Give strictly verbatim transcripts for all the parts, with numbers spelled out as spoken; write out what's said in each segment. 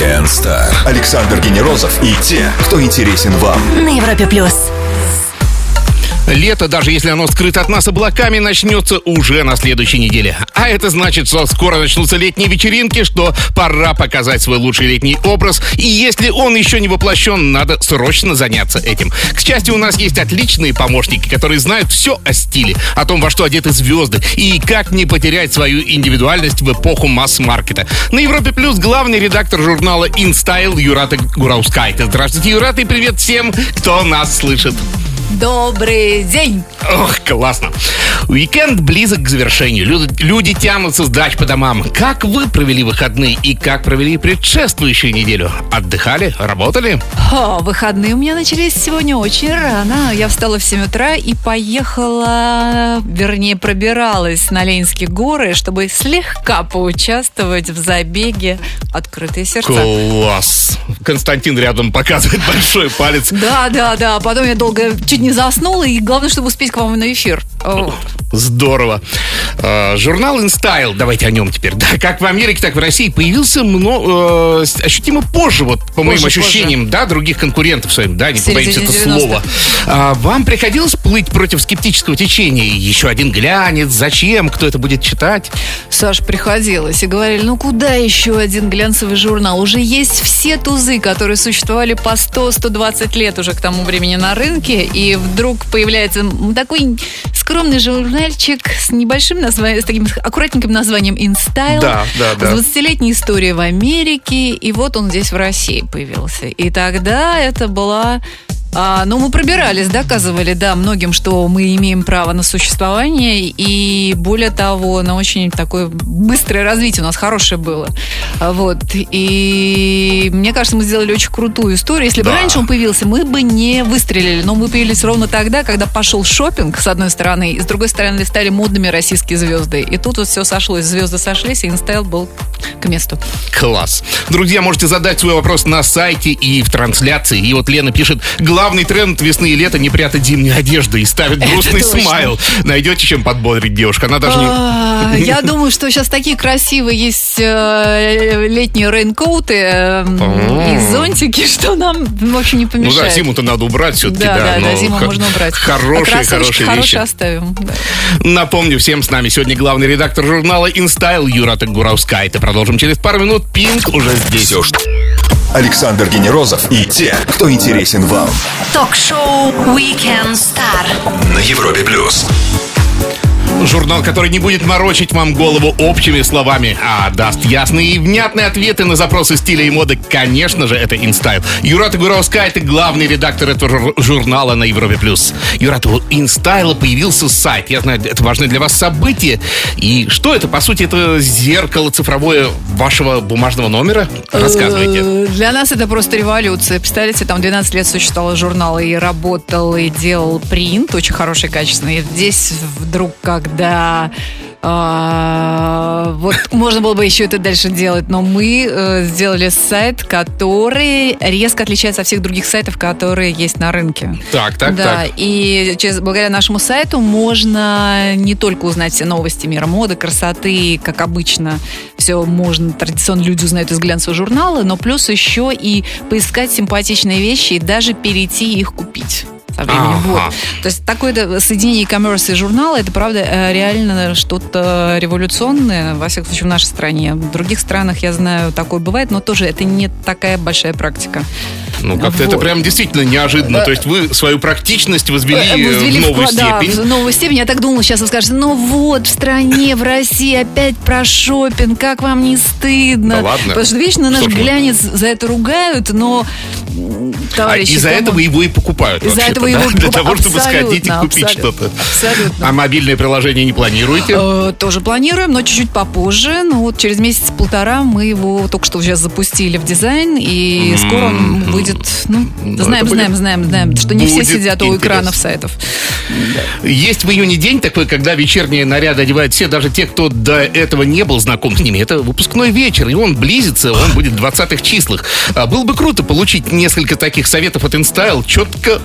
Weekend Star. Александр Генерозов и те, кто интересен вам. На Европе плюс. Лето, даже если оно скрыто от нас облаками, начнется уже на следующей неделе. А это значит, что скоро начнутся летние вечеринки, что пора показать свой лучший летний образ. И если он еще не воплощен, надо срочно заняться этим. К счастью, у нас есть отличные помощники, которые знают все о стиле, о том, во что одеты звезды и как не потерять свою индивидуальность в эпоху масс-маркета. На Европе Плюс главный редактор журнала InStyle Юрата Гураускайте. Здравствуйте, Юрата, и привет всем, кто нас слышит. Добрый день! Ох, классно! Уикенд близок к завершению. Люди, люди тянутся с дач по домам. Как вы провели выходные и как провели предшествующую неделю? Отдыхали? Работали? О, выходные у меня начались сегодня очень рано. Я встала в семь утра и поехала, вернее, пробиралась на Ленинские горы, чтобы слегка поучаствовать в забеге «Открытые сердца». Класс! Константин рядом показывает большой палец. Да, да, да. Потом я долго чуть не заснула, и главное, чтобы успеть к вам на эфир. Вот. Здорово. Э, журнал InStyle, давайте о нем теперь. Да, как в Америке, так и в России появился много, э, ощутимо позже, вот по позже, моим ощущениям, позже. Да, других конкурентов своим, да, не побоимся это слова. А, вам приходилось плыть против скептического течения? Еще один глянец, зачем, кто это будет читать? Саш, приходилось. И говорили, ну куда еще один глянцевый журнал? Уже есть все тузы, которые существовали по сто - сто двадцать лет уже к тому времени на рынке, и вдруг появляется такой скромный журнальчик с небольшим названием, с таким аккуратненьким названием InStyle, да, да, да. с двадцатилетней историей в Америке, и вот он здесь в России появился. И тогда это была... А, ну, мы пробирались, доказывали, да, многим, что мы имеем право на существование, и более того, на очень такое быстрое развитие у нас хорошее было. Вот. И мне кажется, мы сделали очень крутую историю. Если бы да. раньше он появился, мы бы не выстрелили, но мы появились ровно тогда, когда пошел шопинг, с одной стороны, и с другой стороны стали модными российские звезды. И тут вот все сошлось, звезды сошлись, и InStyle был к месту. Класс. Друзья, можете задать свой вопрос на сайте и в трансляции. И вот Лена пишет: главный тренд весны и лета — не прятать зимнюю одежду, и ставит грустный смайл. Найдете чем подбодрить девушку? Она даже не... Я думаю, что сейчас такие красивые есть летние рейнкоуты и зонтики, что нам, в общем, не помешает. Ну да, зиму-то надо убрать все-таки. Да, да, да, зиму можно убрать. Хорошие, хорошие вещи. Оставим. Напомню всем, с нами сегодня главный редактор журнала InStyle Юрата Гураускайте. Продолжим через пару минут. Пинк уже здесь. Все, что... Александр Генерозов и те, кто интересен вам. Ток-шоу Weekend Star на Европе Плюс. Журнал, который не будет морочить вам голову общими словами, а даст ясные и внятные ответы на запросы стиля и моды. Конечно же, это InStyle. Юрата Гураускайте, главный редактор этого журнала на Европе Плюс. Юрата, у InStyle появился сайт. Я знаю, это важное для вас событие. И что это? По сути, это зеркало цифровое вашего бумажного номера? Рассказывайте. Для нас это просто революция. Представляете, там двенадцать лет существовал журнал, и работал, и делал принт, очень хороший, качественный. И здесь вдруг, когда Да, а, вот можно было бы еще это дальше делать, но мы э, сделали сайт, который резко отличается от всех других сайтов, которые есть на рынке. Так, так, да, так. И через, благодаря нашему сайту можно не только узнать все новости мира моды, красоты, как обычно, все можно, традиционно люди узнают из глянцевого журнала, но плюс еще и поискать симпатичные вещи и даже перейти их купить. Со временем. Ага. Вот. То есть такое соединение e-commerce и журнала, это правда реально что-то революционное, во всяком случае в нашей стране. В других странах, я знаю, такое бывает, но тоже это не такая большая практика. Ну, как-то вот. Это прям действительно неожиданно. То есть вы свою практичность возвели, возвели в новую в, степень. Да, в новую степень. Я так думала, сейчас вы скажете: ну вот, в стране, в России опять про шопинг, как вам не стыдно? Да ладно. Потому что вечно наш глянец за это ругают, но... Товарищи, а из-за этого его и покупают. Из-за этого его да? Для того, чтобы сходить и купить что-то. Абсолютно. А мобильное приложение не планируете? Э, тоже планируем, но чуть-чуть попозже. Ну вот через месяц-полтора мы его только что сейчас запустили в дизайн, и mm-hmm. скоро он выйдет. Ну, ну знаем, знаем, знаем, знаем, что не все сидят у экранов сайтов. Да. Есть в июне день такой, когда вечерние наряды одевают все, даже те, кто до этого не был знаком с ними. Это выпускной вечер, и он близится, он будет в двадцатых числах. Было бы круто получить несколько таких советов от InStyle, четко, лаконично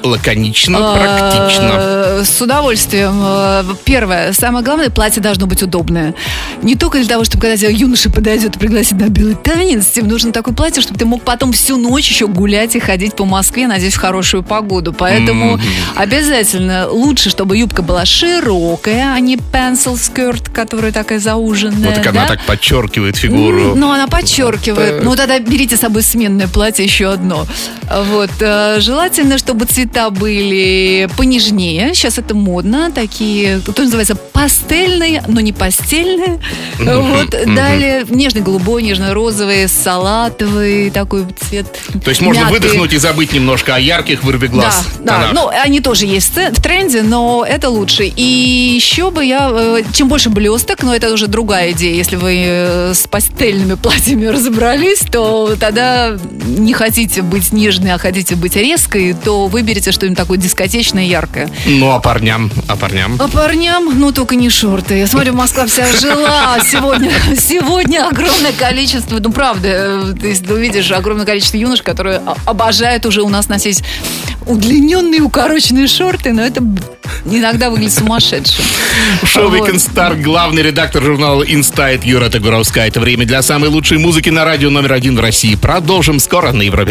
Лаконично, практично. С удовольствием. Первое. Самое главное, платье должно быть удобное. Не только для того, чтобы когда тебе юноша подойдет и пригласит на белый танец, тебе нужно такое платье, чтобы ты мог потом всю ночь еще гулять и ходить по Москве, надеюсь, в хорошую погоду. Поэтому mm-hmm. обязательно лучше, чтобы юбка была широкая, а не pencil skirt, которая такая зауженная. Вот так да? она так подчеркивает фигуру. Ну, она подчеркивает. Ну, тогда берите с собой сменное платье еще одно. Вот. Желательно, чтобы цвета были понежнее. Сейчас это модно. Такие, то называется пастельные, но не постельные. Mm-hmm. Вот. Mm-hmm. Далее нежно-голубой, нежно-розовый, салатовый такой цвет. То есть можно мятый. Выдохнуть и забыть немножко о ярких, вырви глаз. Да, да. Ну, они тоже есть в тренде, но это лучше. И еще бы я... Чем больше блесток, но это уже другая идея. Если вы с пастельными платьями разобрались, то тогда не хотите быть нежной, а хотите быть резкой, то выберите что-нибудь такое дискотечное, яркое. Ну, а парням? А парням? А парням? Ну, только не шорты. Я смотрю, Москва вся жила. Сегодня, сегодня огромное количество, ну, правда, ты увидишь огромное количество юнош, которые обожают уже у нас носить удлиненные, укороченные шорты, но это иногда выглядит сумасшедшим. Шоу Weekend Star, главный редактор журнала InStyle Юра Тагуровская. Это время для самой лучшей музыки на радио номер один в России. Продолжим скоро на Европе+.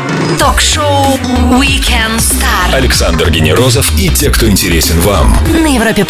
Ток-шоу Weekend Star. Александр Генерозов и те, кто интересен вам. На Европе+.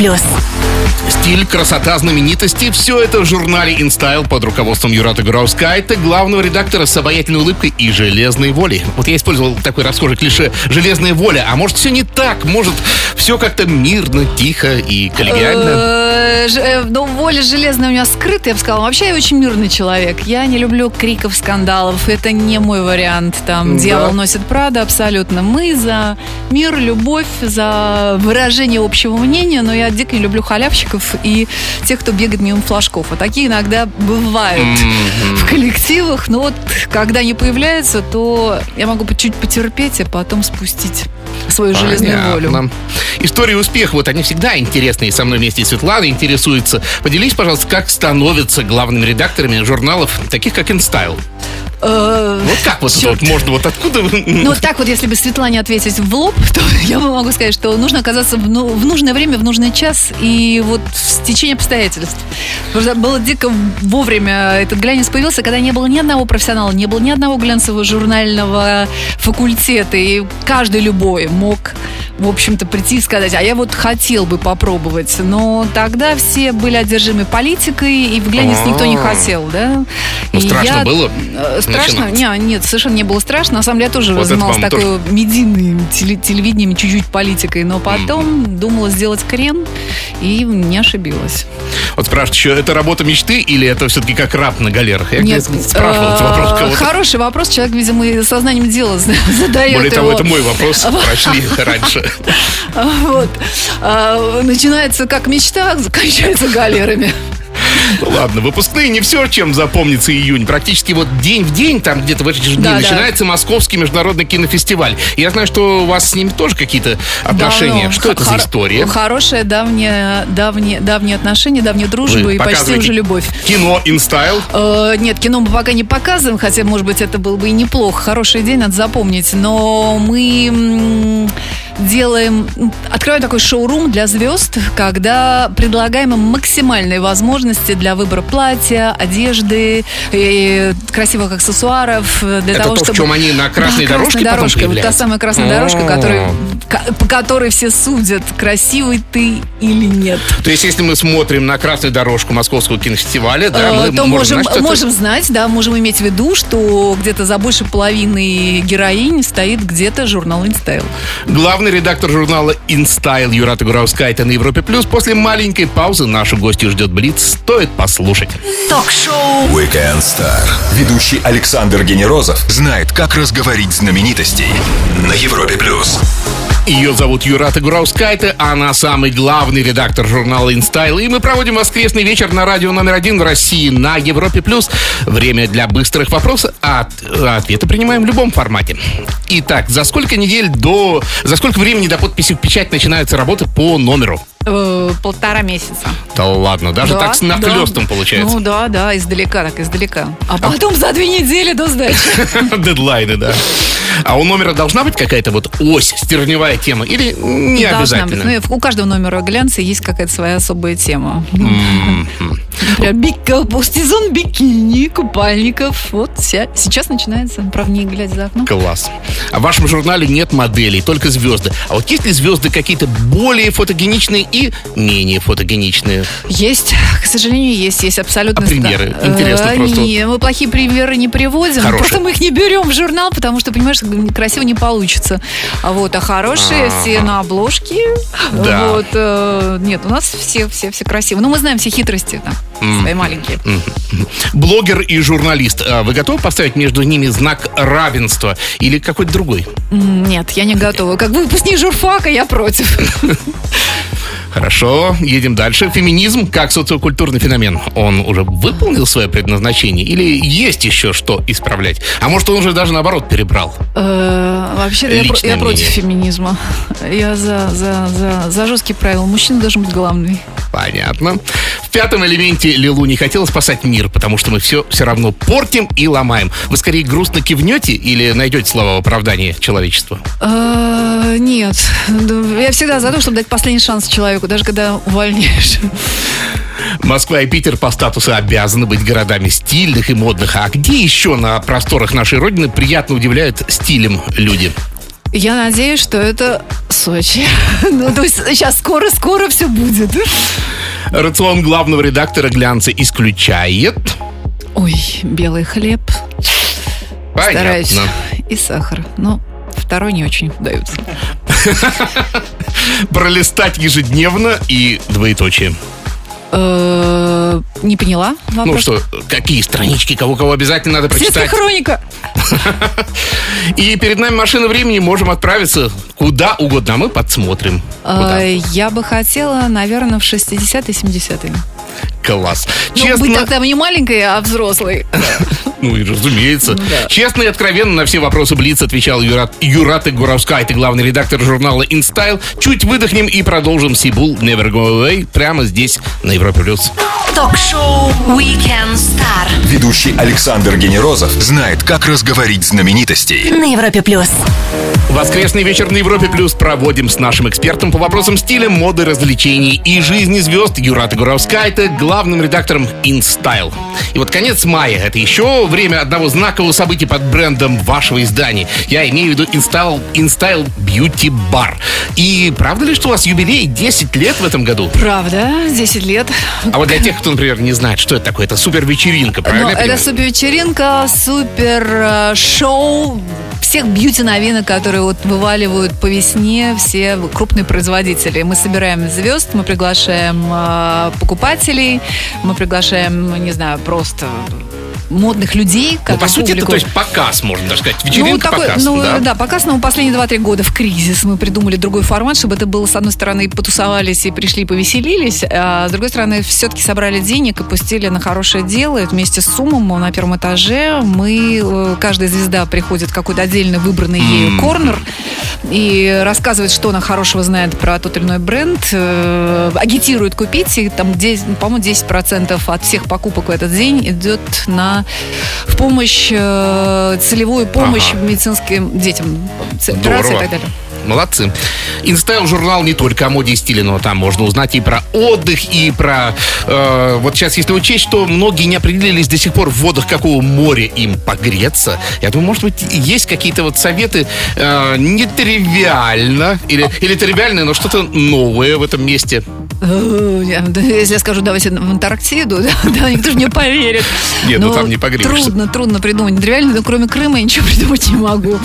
Стиль, красота, знаменитости – все это в журнале InStyle под руководством Юра Тагуровская, главного редактора с обаятельной улыбкой и железной волей. Вот я использовал такой расхожий клише «железная воля», а может все не так, может все как-то мирно, тихо и коллегиально. Ну, воля железная у меня скрытая, я бы сказала. Вообще я очень мирный человек. Я не люблю криков, скандалов. Это не мой вариант. Там Да. «Дьявол носит Прада» абсолютно. Мы за мир, любовь, за выражение общего мнения, но я дико не люблю халявщиков и тех, кто бегает мимо флажков. А такие иногда бывают М-м. в коллективах. Но вот когда они появляются, то я могу чуть потерпеть, а потом спустить свою железную волю. Понятно. Истории успеха, вот они всегда интересные. Со мной вместе Светлана интересуется. Поделись, пожалуйста, как становятся главными редакторами журналов, таких как InStyle. Э, Вот как вот это черт. вот можно, вот откуда? Ну, так вот, если бы Светлане ответить в лоб, то я бы могу сказать, что нужно оказаться в, ну, в нужное время, в нужный час и вот в стечение обстоятельств. Потому что было дико вовремя этот глянец появился, когда не было ни одного профессионала, не было ни одного глянцевого журнального факультета, и каждый любой мог, в общем-то, прийти и сказать, а я вот хотел бы попробовать. Но тогда все были одержимы политикой, и в глянец никто не хотел, да? Ну, И страшно я- было? Э, Страшно? Не, нет, совершенно не было страшно. На самом деле я тоже Вот это занималась вам такой медийным теле- телевидением, чуть-чуть политикой, но потом думала сделать крен и не ошибилась. Вот спрашивают еще, это работа мечты или это все-таки как раб на галерах? Я Нет, где-то спрашивал этот вопрос э, кого-то. хороший вопрос. Человек, видимо, и сознанием дела задает Более того, его. это мой вопрос, прочли раньше. Вот. А, Начинается как мечта, кончается галерами. Ну ладно, выпускные не все, чем запомнится июнь. Практически вот день в день, там где-то в эти же дни, Да, да. начинается Московский международный кинофестиваль. Я знаю, что у вас с ними тоже какие-то отношения. Давно. Что это за Хор- история? Хорошие давние, давние, давние отношения, давняя дружба Вы и почти показываете уже любовь. Кино InStyle. Э, Нет, кино мы пока не показываем, хотя, может быть, это было бы и неплохо. Хорошая идея, надо запомнить. Но мы м, делаем, открываем такой шоурум для звезд, когда предлагаем им максимальные возможности для выбора платья, одежды, и красивых аксессуаров. Для Это того, то, в чтобы... чем они на красной Да, дорожке красная потом дорожка, вот та появляются? самая красная дорожка, О. которой- ка- по которой все судят, красивый ты или нет. То есть, если мы смотрим на красную дорожку Московского кинофестиваля, да, Э, мы то можем, знать, что это- можем знать, да, можем иметь в виду, что где-то за больше половины героинь стоит где-то журнал InStyle. Главный редактор журнала InStyle Юра Тагуровская на Европе Плюс. После маленькой паузы нашу гостью ждет Блиц. Стоит послушать. Ток-шоу Weekend Star. Ведущий Александр Генерозов знает, как разговорить знаменитостей на Европе плюс. Ее зовут Юра Тагуровская, она самый главный редактор журнала InStyle. И мы проводим воскресный вечер на радио номер один в России на Европе Плюс. Время для быстрых вопросов, а от- а ответы принимаем в любом формате. Итак, за сколько недель до... За сколько времени до подписи в печать начинаются работы по номеру? Э, полтора месяца. Да ладно, даже Да, так с нахлёстом да. получается. Ну да, да, издалека, так издалека. А потом за две недели до сдачи. Дедлайны, да. А у номера должна быть какая-то вот ось, стержневая тема? Или не Должна обязательно? быть. Ну, и у каждого номера глянца есть какая-то своя особая тема. М-м. Например, бик- сезон бикини, купальников. Вот вся. Сейчас начинается, правда, не глядя за окном. Класс. А в вашем журнале нет моделей, только звезды. А вот есть ли звезды какие-то более фотогеничные и менее фотогеничные? Есть, к сожалению, есть, есть абсолютно. А примеры? Э, Интересно просто. Не, мы плохие примеры не приводим, Хорошие. просто мы их не берем в журнал, потому что, понимаешь, красиво не получится. А вот, а хорошие Ага. все на обложке. Да. Вот, э, нет, у нас все, все, все красиво. Ну, мы знаем все хитрости, да, свои маленькие. Блогер и журналист. А вы готовы поставить между ними знак равенства или какой-то другой? М, Нет, я не готова. Как выпускник журфака, я против. Хорошо, едем дальше. Феминизм как социокультурный феномен. Он уже выполнил свое предназначение или есть еще что исправлять? А может, он уже даже наоборот перебрал? Э, Вообще, я, про- Личное я против мнение. феминизма. Я за, за, за, за жесткие правила. Мужчина должен быть главный. Понятно. В пятом элементе Лилу не хотела спасать мир, потому что мы все все равно портим и ломаем. Вы скорее грустно кивнете или найдете слова в оправдании человечества? Э, Нет. Да, я всегда за то, чтобы дать последний шанс человеку, даже когда увольняешь. Москва и Питер по статусу обязаны быть городами стильных и модных. А где еще на просторах нашей Родины приятно удивляют стилем люди? Я надеюсь, что это Сочи. Ну, то есть сейчас скоро-скоро все будет. Рацион главного редактора «Глянца» исключает... Ой, белый хлеб. Стараюсь. Понятно. И сахар. Но второй не очень удается. Пролистать ежедневно и двоеточие. Э, Не поняла Ну вопрос. что, какие странички, кого-кого обязательно надо Светская прочитать. хроника. И перед нами машина времени, можем отправиться куда угодно, а мы подсмотрим. Куда? Э, Я бы хотела, наверное, в шестидесятые, семидесятые. Класс. Ну, Честно, быть тогда не маленькой, а взрослой. ну и разумеется. Да. Честно и откровенно на все вопросы Блиц отвечал Юрат, Юрат Гуравскайт, главный редактор журнала InStyle. Чуть выдохнем и продолжим Сибул Never Go Away прямо здесь, на Европе+. плюс. Ток-шоу Weekend Star Ведущий Александр Генерозов знает, как разговорить знаменитостей. на Европе плюс. Воскресный вечер на Европе Плюс проводим с нашим экспертом по вопросам стиля, моды, развлечений и жизни звезд Юрата Гуравскайта, главным редактором InStyle. И вот конец мая — это еще время одного знакового события под брендом вашего издания. Я имею в виду InStyle, InStyle Beauty Bar. И правда ли, что у вас юбилей десять лет в этом году? Правда, десять лет. А вот для тех, кто, например, не знает, что это такое, это супер вечеринка, правильно? Ну, я это понимаю? супер вечеринка, супер э, шоу всех бьюти новинок, которые вот вываливают по весне все крупные производители. Мы собираем звезд, мы приглашаем э, покупателей, мы приглашаем, не знаю, просто модных людей. Ну, как по бы сути, это публику. то есть показ, можно даже сказать. Ну, Вечеринка, такой, показ, ну, да? да, показ, но последние два-три года в кризис мы придумали другой формат, чтобы это было, с одной стороны, потусовались и пришли, повеселились, а с другой стороны, все-таки собрали денег и пустили на хорошее дело. И вместе с Сумом на первом этаже мы, э, каждая звезда приходит в какой-то отдельно выбранный ею корнер и рассказывает, что она хорошего знает про тот или иной бренд, э, агитирует купить, и там, десять, по-моему, десять процентов от всех покупок в этот день идет на в помощь, э, целевую помощь Ага. медицинским детям, операции и Здорово. так далее. Молодцы. InStyle журнал не только о моде и стиле, но там можно узнать и про отдых, и про... э, вот сейчас, если учесть, что многие не определились до сих пор в водах какого моря им погреться, я думаю, может быть, есть какие-то вот советы э, нетривиально, или, или тривиально, но что-то новое в этом месте. Э, я- да, Если я скажу, давайте в Антарктиду, да, да, никто же не поверит. Нет, ну Но там не погреешься. Трудно, трудно придумать. Реально, но кроме Крыма я ничего придумать не могу.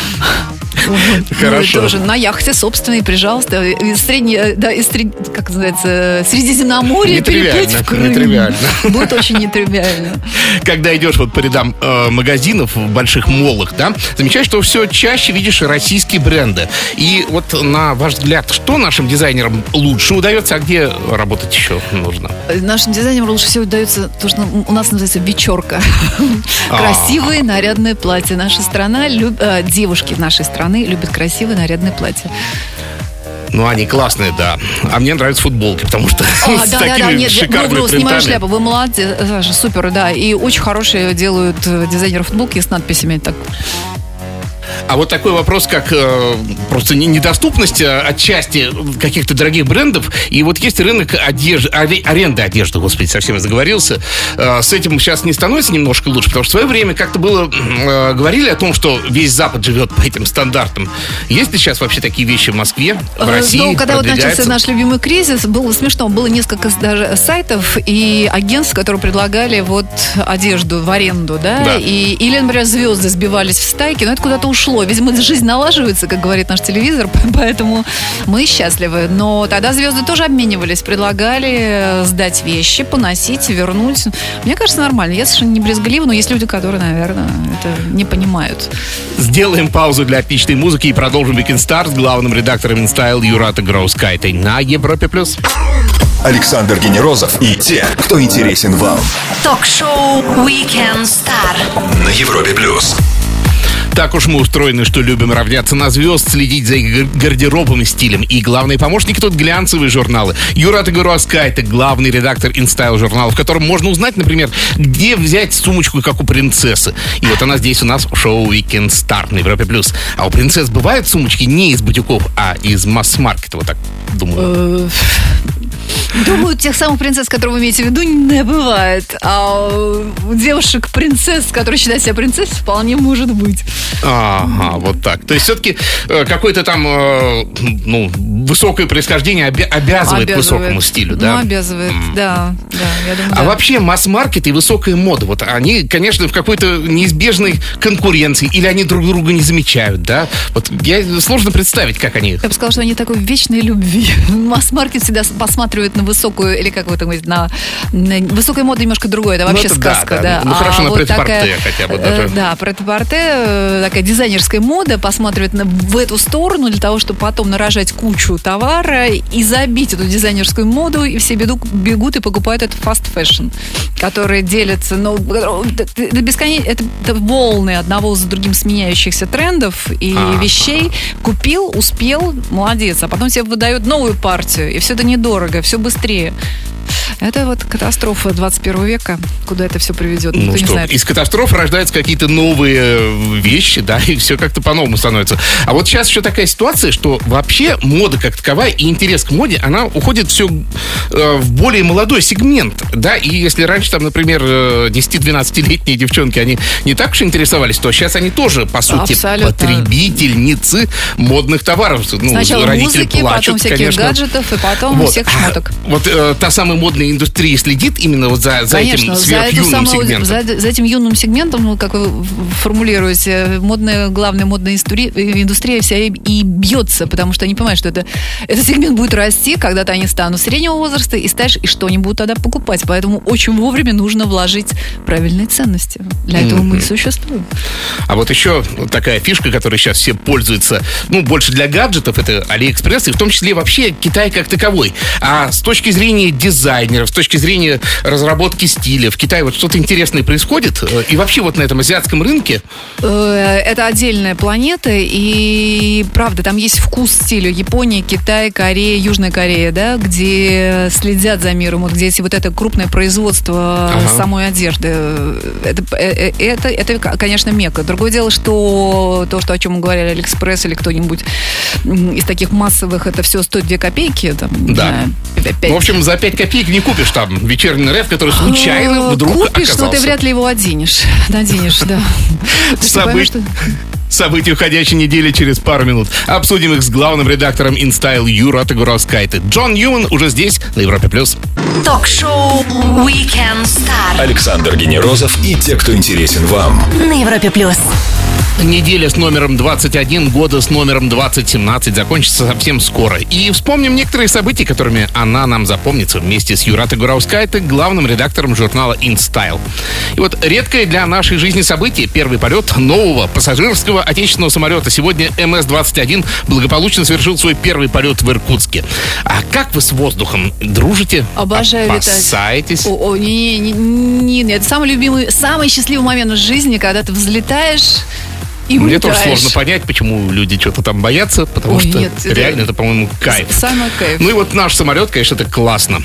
Вот. Хорошо. Ну, и тоже на яхте собственной, пожалуйста, из средней, да, из сред- как называется, Средиземноморья Нетривиально, переплыть в Крым. нетривиально. Будет очень нетривиально. Когда идешь вот по рядам э, магазинов в больших моллах, да, замечаешь, что все чаще видишь российские бренды. И вот на ваш взгляд, что нашим дизайнерам лучше удается, а где работать еще нужно? Нашим дизайнерам лучше всего дается то, что у нас называется вечерка. А. Красивые нарядные платья. Наша страна, люб- э, девушки нашей страны любят красивые нарядные платья. Ну, они классные, да. А мне нравятся футболки, потому что А, с да, да, да, такими нет, шикарными ну, снимаю принтами. шляпу, вы молодцы, Саша, супер, да. И очень хорошие делают э, дизайнеры футболки с надписями. Так. А вот такой вопрос, как э, просто не- недоступность э, отчасти каких-то дорогих брендов. И вот есть рынок одежды, аре- аренды одежды, господи, совсем я заговорился. Э, с этим сейчас не становится немножко лучше, потому что в свое время как-то было, э, говорили о том, что весь Запад живет по этим стандартам. Есть ли сейчас вообще такие вещи в Москве, в Э, России? Ну, когда вот начался Продвигается? наш любимый кризис, было смешно. Было несколько даже сайтов и агентств, которые предлагали вот одежду в аренду, да? Да. И, или, например, звезды сбивались в стайки, но это куда-то ушло. Видимо, жизнь налаживается, как говорит наш телевизор, поэтому мы счастливы. Но тогда звезды тоже обменивались, предлагали сдать вещи, поносить, вернуть. Мне кажется, нормально. Я совершенно не брезглива, но есть люди, которые, наверное, это не понимают. Сделаем паузу для отличной музыки и продолжим Weekend Star с главным редактором InStyle Юратой Гроускайте на Европе+. плюс. Александр Генерозов и те, кто интересен вам. Ток-шоу Weekend Star На Европе плюс. Так уж мы устроены, что любим равняться на звезд, следить за их гар- гардеробом и стилем. И главные помощники тут глянцевые журналы. Юрата Гроускайте, главный редактор InStyle журнала, в котором можно узнать, например, где взять сумочку, как у принцессы. И вот она здесь у нас в шоу Weekend Star на Европе+. плюс. А у принцесс бывают сумочки не из бутиков, а из масс-маркета, вот так думаю. Думаю, тех самых принцесс, которые вы имеете в виду, не бывает. А у девушек-принцесс, которые считают себя принцессой, вполне может быть. Ага, вот так. То есть все-таки э, какое-то там э, ну, высокое происхождение обя- обязывает, к высокому стилю, да? Ну, обязывает, да. да, я думаю, А да. вообще масс-маркет и высокая мода, вот они, конечно, в какой-то неизбежной конкуренции, или они друг друга не замечают, да? Вот я, сложно представить, как они... Я бы сказала, что они такой в вечной любви. Масс-маркет всегда посматривает на высокую, или как вы это говорите, на, на высокая мода немножко другое. Это вообще Ну, это да, сказка, да. да. Ну, хорошо, на вот прет-а-порте такая, хотя бы э, даже. Да, прет-а-порте, э, такая дизайнерская мода посматривает на, в эту сторону для того, чтобы потом нарожать кучу товара и забить эту дизайнерскую моду, и все бегут, бегут и покупают этот fast fashion, который делится, ну, это, это бесконечно, это, это волны одного за другим сменяющихся трендов и А-а-а. вещей. Купил, успел, молодец, а потом себе выдает новую партию, и все это недорого, все быстрее. Это вот катастрофа двадцать первого века, куда это все приведет, никто Ну не что, знает. из катастроф рождаются какие-то новые вещи, да, и все как-то по-новому становится. А вот сейчас еще такая ситуация, что вообще мода как таковая и интерес к моде, она уходит все э, в более молодой сегмент, да, и если раньше там, например, э, десять-двенадцатилетние девчонки, они не так уж интересовались, то сейчас они тоже, по сути, Абсолютно. потребительницы модных товаров. Ну, Сначала родители музыки, плачут, потом всяких конечно. гаджетов, и потом Вот. всех А шмоток. Вот э, та самая модная индустрия следит именно вот за, за Конечно, этим за, эту сверхюным самую- сегментом. за, за этим юным сегментом, ну, как вы в- формулируете, модная, главная модная индустрия, индустрия вся и, и бьется, потому что они понимают, что это, этот сегмент будет расти, когда-то они станут среднего возраста, и знаешь, и что они будут тогда покупать. Поэтому очень вовремя нужно вложить правильные ценности. Для этого мы и существуем. А вот еще такая фишка, которой сейчас все пользуются, ну, больше для гаджетов, это Алиэкспресс, и в том числе вообще Китай как таковой. А с точки зрения дизайнеров, с точки зрения разработки стиля, в Китае вот что-то интересное происходит? И вообще вот на этом азиатском рынке? Э, Это отдельная планета, и правда, там есть вкус стиля. Япония, Китай, Корея, Южная Корея, да, где следят за миром, вот где есть вот это крупное производство Ага. самой одежды. Это, э, э, это, это, конечно, мекка. Другое дело, что то, что о чем мы говорили, Алиэкспресс или кто-нибудь м, из таких массовых, это все стоит две копейки. Там, не Да. знаю, пять. В общем, за пять копеек не купишь там вечерний рэп, который случайно Э, вдруг Купишь, оказался. но ты вряд ли его оденешь. Наденешь, да. То есть ты Собы- поймешь, что- События уходящей недели через пару минут. Обсудим их с главным редактором InStyle Юратой Гроускайте. Джон Ньюман уже здесь, на Европе+. плюс. Ток-шоу Weekend Star Александр Генерозов и те, кто интересен вам. на Европе плюс. Неделя с номером двадцать один, года с номером двадцать семнадцать закончится совсем скоро. И вспомним некоторые события, которыми она нам запомнится вместе с Юратой Гроускайте, главным редактором журнала InStyle. И вот редкое для нашей жизни событие — первый полет нового пассажирского отечественного самолета. Сегодня эм эс двадцать один благополучно совершил свой первый полет в Иркутске. А как вы с воздухом? Дружите? Обожаю летать. Опасаетесь? О, о, не, не, не, не, это самый любимый, самый счастливый момент в жизни, когда ты взлетаешь, И Мне улетаешь. тоже сложно понять, почему люди что-то там боятся, потому Ой, что нет, это- реально это, по-моему, кайф. Самый кайф. Ну и вот наш самолет, конечно, это классно.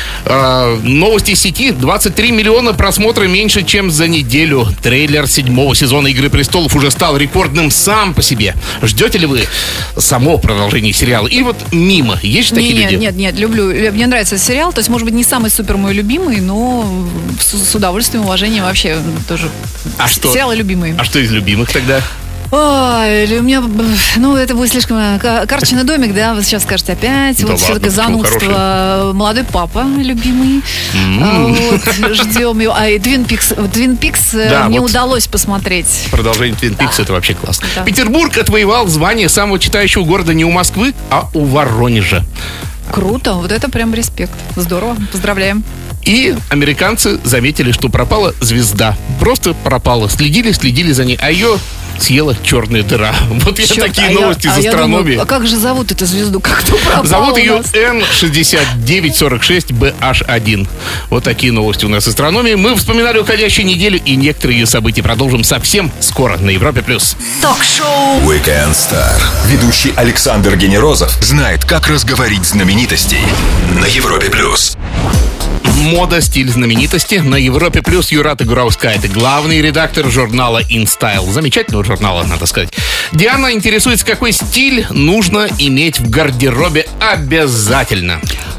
А, новости сети. двадцать три миллиона просмотров меньше, чем за неделю. Трейлер седьмого сезона «Игры престолов» уже стал рекордным сам по себе. Ждете ли вы само продолжение сериала? И вот мимо. Есть же такие нет, люди? Нет, нет, люблю. Мне нравится этот сериал. То есть, может быть, не самый супер мой любимый, но с, с удовольствием, уважением вообще тоже. А что? Сериалы любимые. А что из любимых тогда? Ой, у меня, ну, это будет слишком... э, Карточный домик, да, вы сейчас скажете опять. Да вот ладно, все-таки почему? занудство. Молодой папа, любимый. А, вот, ждем его. А, и Твин Пикс, Твин Пикс Да, мне вот. удалось посмотреть. Продолжение Твин Пикс, это вообще классно. Да. Петербург отвоевал звание самого читающего города не у Москвы, а у Воронежа. Круто, вот это прям респект. Здорово, поздравляем. И американцы заметили, что пропала звезда. Просто пропала. Следили, следили за ней, а ее съела черная дыра. Вот я Чёрт, такие а я- новости а из я астрономии. думаю, а как же зовут эту звезду? Как кто пропал Зовут у ее нас? Н шестьдесят девять сорок шесть бэ аш один. Вот такие новости у нас из астрономии. Мы вспоминали уходящую неделю и некоторые ее события. Продолжим совсем скоро на Европе+. плюс. Ток-шоу Weekend Star. Ведущий Александр Генерозов знает, как разговорить знаменитостей на Европе+. плюс. Мода, стиль, знаменитости. На Европе Плюс Юрата Гураускай. Это главный редактор журнала InStyle. Замечательного журнала, надо сказать. Диана интересуется, какой стиль нужно иметь в гардеробе обязательно.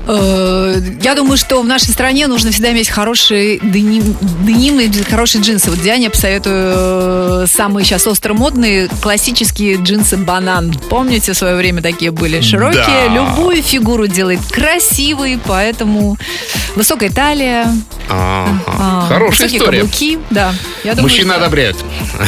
Э, Я думаю, что в нашей стране нужно всегда иметь хорошие деним, деним и хорошие джинсы. Вот Диане я посоветую э, самые сейчас остромодные классические джинсы «Банан». Помните, в свое время такие были широкие? Да. Любую фигуру делает красивой, поэтому высокая талия, Ага. а, Хорошая высокие история. каблуки. Да, я думаю, Мужчины что- одобряют.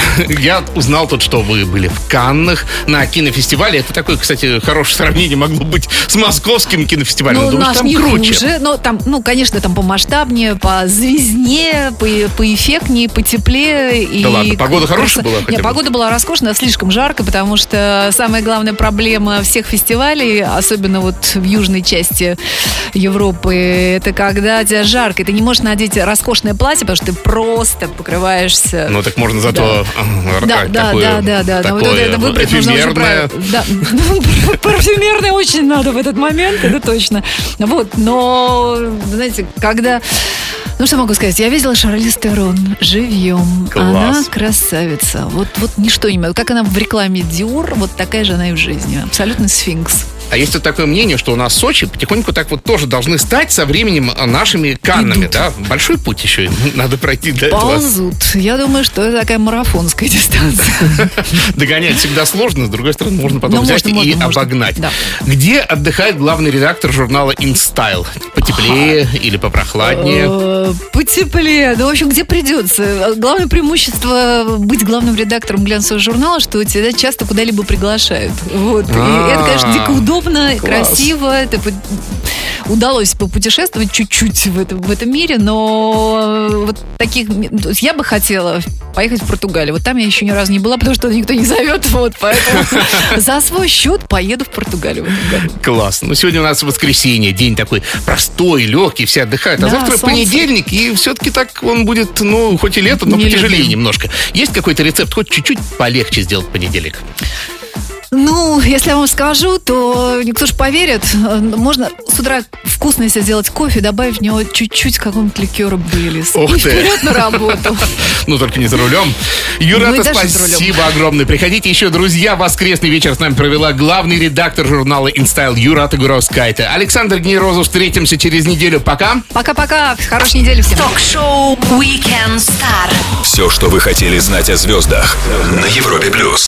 Я узнал тут, что вы были в Каннах на кинофестивале. Это такое, кстати, хорошее сравнение могло быть с московским кинофестивалем. Ну, Думаю, наш там не круче. хуже. Но там, ну, конечно, там помасштабнее, позвезднее, по, поэффектнее, потеплее. И Да ладно, погода хорошая была хотя Нет, бы? погода была роскошная, слишком жарко, потому что самая главная проблема всех фестивалей, особенно вот в южной части Европы, это когда тебе жарко, и ты не можешь надеть роскошное платье, потому что ты просто покрываешься. Ну, так можно зато а, Да, да, такое, да, да, да. Вот такое это выбрать нужно очень эфемерное. правильно. Да. Парфюмерное очень надо в этот момент, это точно. Вот, но, знаете, когда... Ну, что могу сказать? Я видела Шарлиз Терон живьем. Класс. Она красавица. Вот, вот ничто не... Как она в рекламе Dior, вот такая же она и в жизни. Абсолютно сфинкс. А есть вот такое мнение, что у нас Сочи потихоньку так вот тоже должны стать со временем нашими Каннами, Идут. да? Большой путь еще надо пройти для этого. Ползут. Я думаю, что это такая марафонская дистанция. Догонять всегда сложно, с другой стороны, можно потом Ну, взять можно, и можно, можно. обогнать. Да. Где отдыхает главный редактор журнала InStyle? Потеплее или попрохладнее? Э, Потеплее. Ну, в общем, где придется. Главное преимущество быть главным редактором глянцевого журнала, что тебя часто куда-либо приглашают. Вот. И А, это, конечно, дико удобно, класс. красиво. Это по- удалось попутешествовать чуть-чуть в этом, в этом мире, но вот таких... то есть я бы хотела поехать в Португалию. Вот там я еще ни разу не была, потому что никто не зовет. Вот, поэтому за свой счет поеду в Португалию в этом году. Класс. Ну, сегодня у нас воскресенье, день такой простой, легкий, все отдыхают. А Да, завтра солнце. понедельник, и все-таки так он будет, ну, хоть и лето, но Не потяжелее любим. немножко. Есть какой-то рецепт, хоть чуть-чуть полегче сделать понедельник? Ну, если я вам скажу, то никто же поверит. Можно с утра вкусно себе сделать кофе, добавить в него чуть-чуть какого-нибудь ликера Бейлис. Ух И ты. вперед на работу. Ну, только не за рулем. Юрата, Ну и даже за рулем. спасибо огромное. Приходите еще, друзья. Воскресный вечер с нами провела главный редактор журнала InStyle Юрата Гураускайте. Александр Генерозов. Встретимся через неделю. Пока. Пока-пока. Хорошей недели всем. Ток-шоу Weekend Star. Все, что вы хотели знать о звездах на Европе+. плюс.